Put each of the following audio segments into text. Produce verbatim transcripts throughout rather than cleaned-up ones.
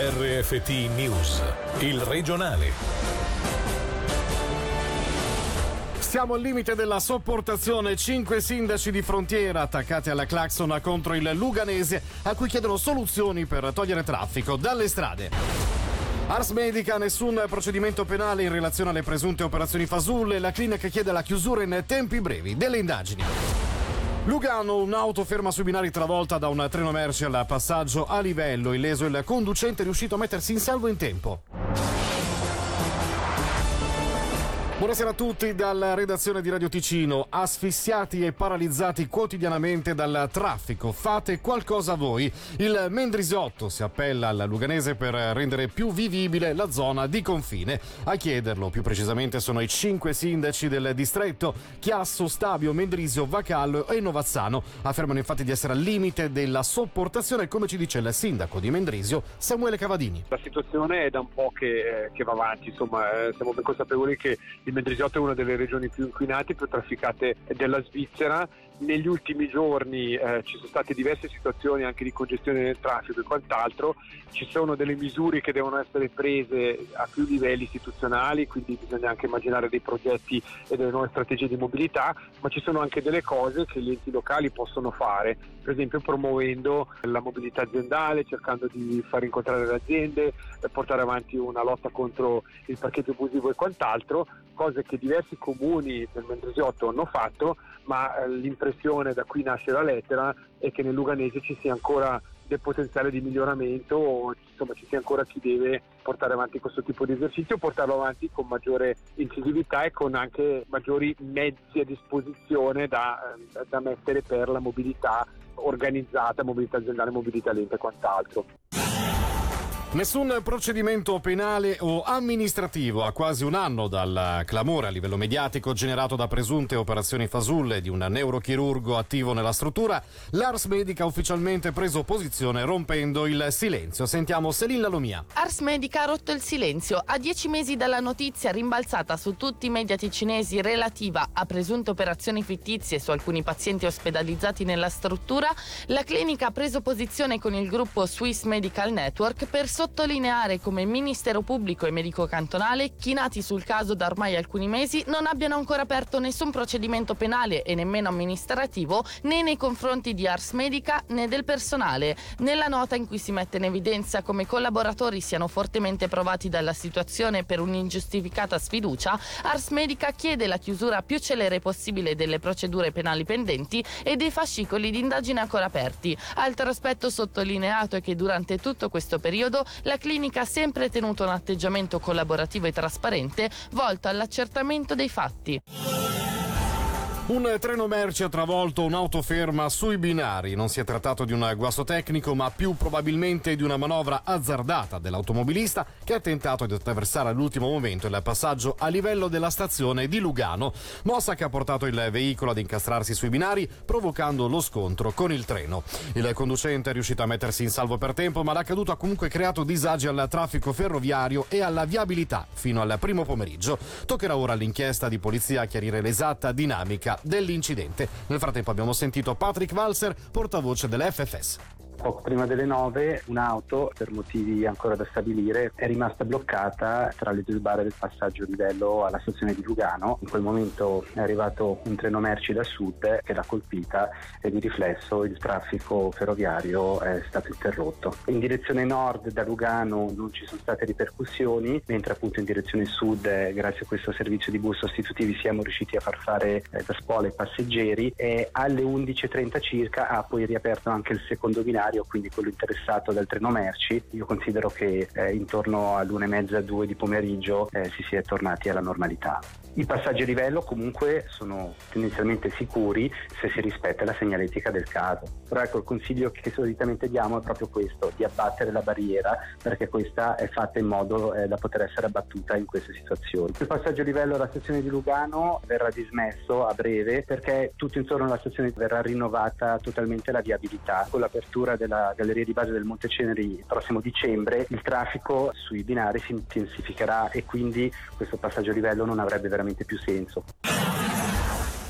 R F T News, il regionale. Siamo al limite della sopportazione. Cinque sindaci di frontiera attaccati alla clacson contro il Luganese, a cui chiedono soluzioni per togliere traffico dalle strade. Ars Medica, nessun procedimento penale in relazione alle presunte operazioni fasulle. La clinica chiede la chiusura in tempi brevi delle indagini. Lugano, un'auto ferma sui binari travolta da un treno merci al passaggio a livello. Illeso il conducente, è riuscito a mettersi in salvo in tempo. Buonasera a tutti dalla redazione di Radio Ticino. Asfissiati e paralizzati quotidianamente dal traffico, fate qualcosa voi. Il Mendrisiotto si appella al Luganese per rendere più vivibile la zona di confine. A chiederlo più precisamente sono i cinque sindaci del distretto: Chiasso, Stabio, Mendrisio, Vacallo e Novazzano. Affermano infatti di essere al limite della sopportazione, come ci dice il sindaco di Mendrisio, Samuele Cavadini. La situazione è da un po' che, che va avanti, insomma, eh, siamo ben consapevoli che il Mendrisiotto è una delle regioni più inquinate, più trafficate della Svizzera. Negli ultimi giorni eh, ci sono state diverse situazioni anche di congestione del traffico e quant'altro. Ci sono delle misure che devono essere prese a più livelli istituzionali, quindi bisogna anche immaginare dei progetti e delle nuove strategie di mobilità, ma ci sono anche delle cose che gli enti locali possono fare, per esempio promuovendo la mobilità aziendale, cercando di far incontrare le aziende, portare avanti una lotta contro il parcheggio abusivo e quant'altro, cose che diversi comuni del Mendrisiotto hanno fatto, ma eh, l'impressione, da cui nasce la lettera, è che nel Luganese ci sia ancora del potenziale di miglioramento, o insomma ci sia ancora chi deve portare avanti questo tipo di esercizio, portarlo avanti con maggiore incisività e con anche maggiori mezzi a disposizione da, eh, da mettere per la mobilità organizzata, mobilità aziendale, mobilità lenta e quant'altro. Nessun procedimento penale o amministrativo a quasi un anno dal clamore a livello mediatico generato da presunte operazioni fasulle di un neurochirurgo attivo nella struttura. L'Ars Medica ha ufficialmente preso posizione rompendo il silenzio. Sentiamo Selin Lalomia. Ars Medica ha rotto il silenzio. A dieci mesi dalla notizia rimbalzata su tutti i media ticinesi relativa a presunte operazioni fittizie su alcuni pazienti ospedalizzati nella struttura, la clinica ha preso posizione con il gruppo Swiss Medical Network per sottolineare come Ministero Pubblico e Medico Cantonale, chinati sul caso da ormai alcuni mesi, non abbiano ancora aperto nessun procedimento penale e nemmeno amministrativo né nei confronti di Ars Medica né del personale. Nella nota, in cui si mette in evidenza come i collaboratori siano fortemente provati dalla situazione per un'ingiustificata sfiducia, Ars Medica chiede la chiusura più celere possibile delle procedure penali pendenti e dei fascicoli di indagine ancora aperti. Altro aspetto sottolineato è che durante tutto questo periodo la clinica ha sempre tenuto un atteggiamento collaborativo e trasparente volto all'accertamento dei fatti. Un treno merci ha travolto un'auto ferma sui binari. Non si è trattato di un guasto tecnico, ma più probabilmente di una manovra azzardata dell'automobilista che ha tentato di attraversare all'ultimo momento il passaggio a livello della stazione di Lugano, mossa che ha portato il veicolo ad incastrarsi sui binari, provocando lo scontro con il treno. Il conducente è riuscito a mettersi in salvo per tempo, ma l'accaduto ha comunque creato disagi al traffico ferroviario e alla viabilità fino al primo pomeriggio. Toccherà ora all'inchiesta di polizia chiarire l'esatta dinamica dell'incidente. Nel frattempo abbiamo sentito Patrick Walser, portavoce dell'F F S. Poco prima delle nove un'auto, per motivi ancora da stabilire, è rimasta bloccata tra le due barre del passaggio livello alla stazione di Lugano. In quel momento è arrivato un treno merci da sud che l'ha colpita e di riflesso il traffico ferroviario è stato interrotto. In direzione nord da Lugano non ci sono state ripercussioni, mentre appunto in direzione sud, grazie a questo servizio di bus sostitutivi, siamo riusciti a far fare eh, da spola ai passeggeri, e alle undici e trenta circa ha poi riaperto anche il secondo binario, quindi quello interessato dal treno merci. Io considero che eh, intorno all'una e mezza, due di pomeriggio eh, si sia tornati alla normalità. I passaggi a livello comunque sono tendenzialmente sicuri se si rispetta la segnaletica del caso. Però ecco, il consiglio che solitamente diamo è proprio questo, di abbattere la barriera, perché questa è fatta in modo eh, da poter essere abbattuta in queste situazioni. Il passaggio a livello alla stazione di Lugano verrà dismesso a breve, perché tutto intorno alla stazione verrà rinnovata totalmente la viabilità. Con l'apertura della galleria di base del Monte Ceneri il prossimo dicembre, il traffico sui binari si intensificherà e quindi questo passaggio a livello non avrebbe veramente più senso.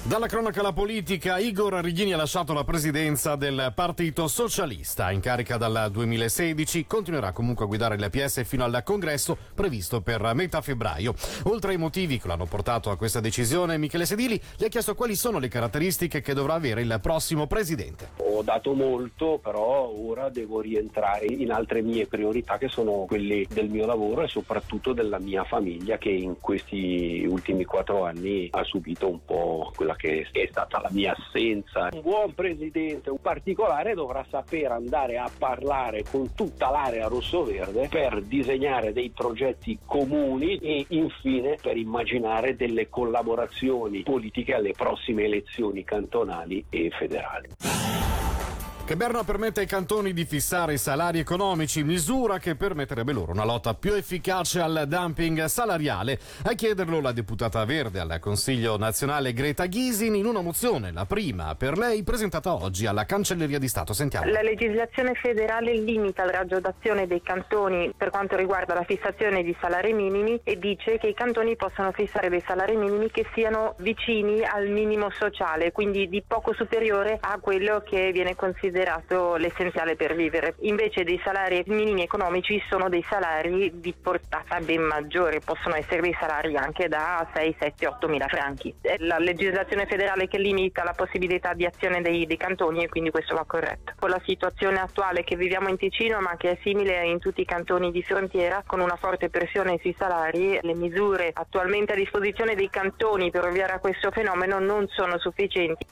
Dalla cronaca alla politica, Igor Righini ha lasciato la presidenza del Partito Socialista. In carica dal duemilasedici, continuerà comunque a guidare il P S fino al congresso previsto per metà febbraio. Oltre ai motivi che l'hanno portato a questa decisione, Michele Sedili gli ha chiesto quali sono le caratteristiche che dovrà avere il prossimo presidente. Ho dato molto, però ora devo rientrare in altre mie priorità, che sono quelle del mio lavoro e soprattutto della mia famiglia, che in questi ultimi quattro anni ha subito un po' quella che è stata la mia assenza. Un buon presidente, un particolare, dovrà saper andare a parlare con tutta l'area rossoverde per disegnare dei progetti comuni e infine per immaginare delle collaborazioni politiche alle prossime elezioni cantonali e federali. Che Berna permette ai cantoni di fissare i salari economici, misura che permetterebbe loro una lotta più efficace al dumping salariale. A chiederlo la deputata verde al Consiglio nazionale Greta Gysin in una mozione, la prima per lei, presentata oggi alla Cancelleria di Stato. Sentiamo. La legislazione federale limita il raggio d'azione dei cantoni per quanto riguarda la fissazione di salari minimi e dice che i cantoni possono fissare dei salari minimi che siano vicini al minimo sociale, quindi di poco superiore a quello che viene considerato l'essenziale per vivere. Invece dei salari minimi economici sono dei salari di portata ben maggiore, possono essere dei salari anche da sei, sette, otto mila franchi. È la legislazione federale che limita la possibilità di azione dei, dei cantoni e quindi questo va corretto. Con la situazione attuale che viviamo in Ticino, ma che è simile in tutti i cantoni di frontiera, con una forte pressione sui salari, le misure attualmente a disposizione dei cantoni per ovviare a questo fenomeno non sono sufficienti.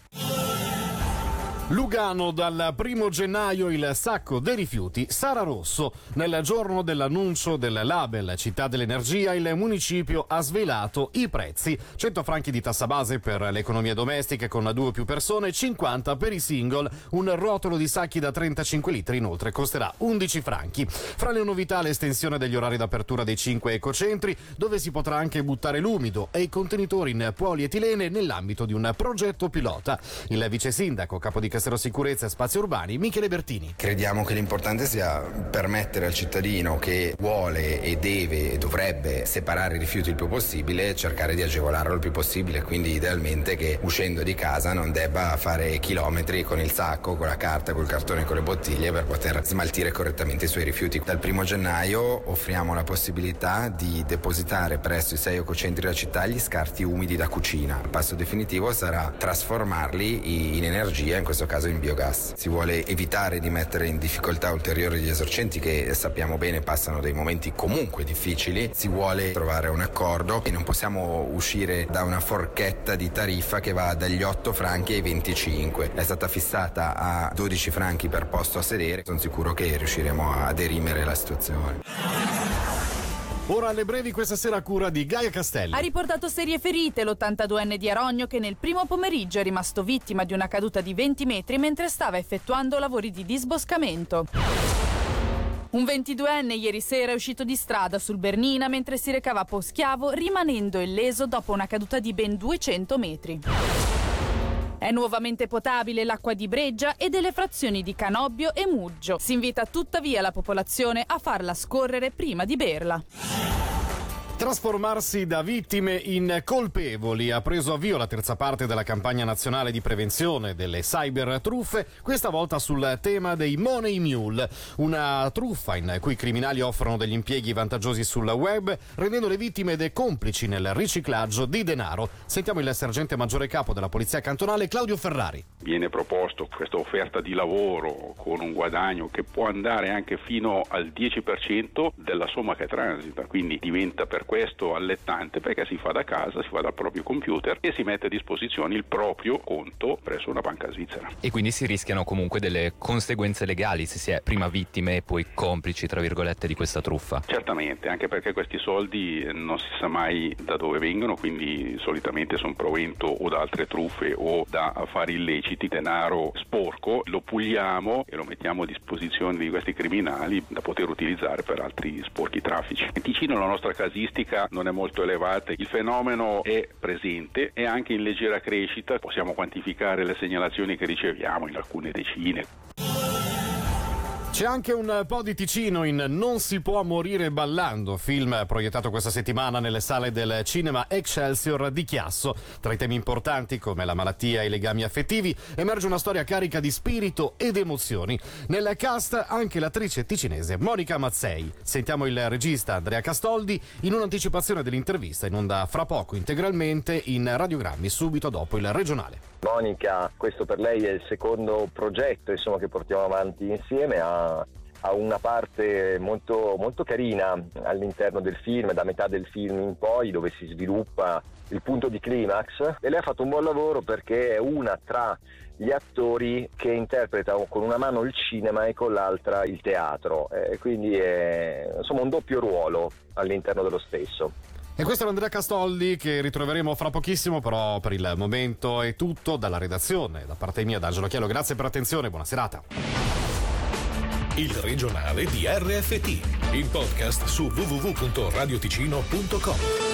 Lugano, dal primo gennaio il sacco dei rifiuti sarà rosso. Nel giorno dell'annuncio del label Città dell'Energia, il municipio ha svelato i prezzi. cento franchi di tassa base per le economie domestiche con due o più persone, cinquanta per i single. Un rotolo di sacchi da trentacinque litri inoltre costerà undici franchi. Fra le novità, l'estensione degli orari d'apertura dei cinque ecocentri, dove si potrà anche buttare l'umido, e i contenitori in polietilene nell'ambito di un progetto pilota. Il vice sindaco, capo di Sicurezza e Spazi Urbani, Michele Bertini. Crediamo che l'importante sia permettere al cittadino che vuole e deve e dovrebbe separare i rifiuti il più possibile, cercare di agevolarlo il più possibile, quindi idealmente che uscendo di casa non debba fare chilometri con il sacco, con la carta, col cartone, con le bottiglie per poter smaltire correttamente i suoi rifiuti. Dal primo gennaio offriamo la possibilità di depositare presso i sei ecocentri della città gli scarti umidi da cucina. Il passo definitivo sarà trasformarli in energia, in questo caso in biogas. Si vuole evitare di mettere in difficoltà ulteriori gli esercenti che sappiamo bene passano dei momenti comunque difficili, si vuole trovare un accordo e non possiamo uscire da una forchetta di tariffa che va dagli otto franchi ai venticinque. È stata fissata a dodici franchi per posto a sedere, sono sicuro che riusciremo a derimere la situazione. Ora alle brevi questa sera a cura di Gaia Castelli. Ha riportato serie ferite l'ottantaduenne di Arogno, che nel primo pomeriggio è rimasto vittima di una caduta di venti metri mentre stava effettuando lavori di disboscamento. Un ventiduenne ieri sera è uscito di strada sul Bernina mentre si recava a Poschiavo, rimanendo illeso dopo una caduta di ben duecento metri. È nuovamente potabile l'acqua di Breggia e delle frazioni di Canobbio e Muggio. Si invita tuttavia la popolazione a farla scorrere prima di berla. Trasformarsi da vittime in colpevoli. Ha preso avvio la terza parte della campagna nazionale di prevenzione delle cyber truffe, questa volta sul tema dei Money Mule, una truffa in cui i criminali offrono degli impieghi vantaggiosi sul web, rendendo le vittime dei complici nel riciclaggio di denaro. Sentiamo il sergente maggiore capo della Polizia Cantonale, Claudio Ferrari. Viene proposto questa offerta di lavoro con un guadagno che può andare anche fino al dieci per cento della somma che transita, quindi diventa per questo allettante, perché si fa da casa, si fa dal proprio computer e si mette a disposizione il proprio conto presso una banca svizzera. E quindi si rischiano comunque delle conseguenze legali se si è prima vittime e poi complici, tra virgolette, di questa truffa? Certamente, anche perché questi soldi non si sa mai da dove vengono, quindi solitamente sono provento o da altre truffe o da affari illeciti, denaro sporco, lo puliamo e lo mettiamo a disposizione di questi criminali da poter utilizzare per altri sporchi traffici. In Ticino la nostra casistica non è molto elevata, il fenomeno è presente e anche in leggera crescita, possiamo quantificare le segnalazioni che riceviamo in alcune decine. C'è anche un po' di Ticino in Non si può morire ballando, film proiettato questa settimana nelle sale del cinema Excelsior di Chiasso. Tra i temi importanti come la malattia e i legami affettivi emerge una storia carica di spirito ed emozioni. Nel cast anche l'attrice ticinese Monica Mazzei. Sentiamo il regista Andrea Castoldi in un'anticipazione dell'intervista in onda fra poco integralmente in radiogrammi subito dopo il regionale. Monica, questo per lei è il secondo progetto insomma, che portiamo avanti insieme, ha, ha una parte molto, molto carina all'interno del film, da metà del film in poi, dove si sviluppa il punto di climax, e lei ha fatto un buon lavoro perché è una tra gli attori che interpreta con una mano il cinema e con l'altra il teatro, e quindi è insomma un doppio ruolo all'interno dello stesso. E questo è Andrea Castoldi che ritroveremo fra pochissimo, però per il momento è tutto dalla redazione. Da parte mia, D'Angelo Chiello, grazie per l'attenzione, buona serata. Il regionale di R F T, il podcast su w w w punto radioticino punto com.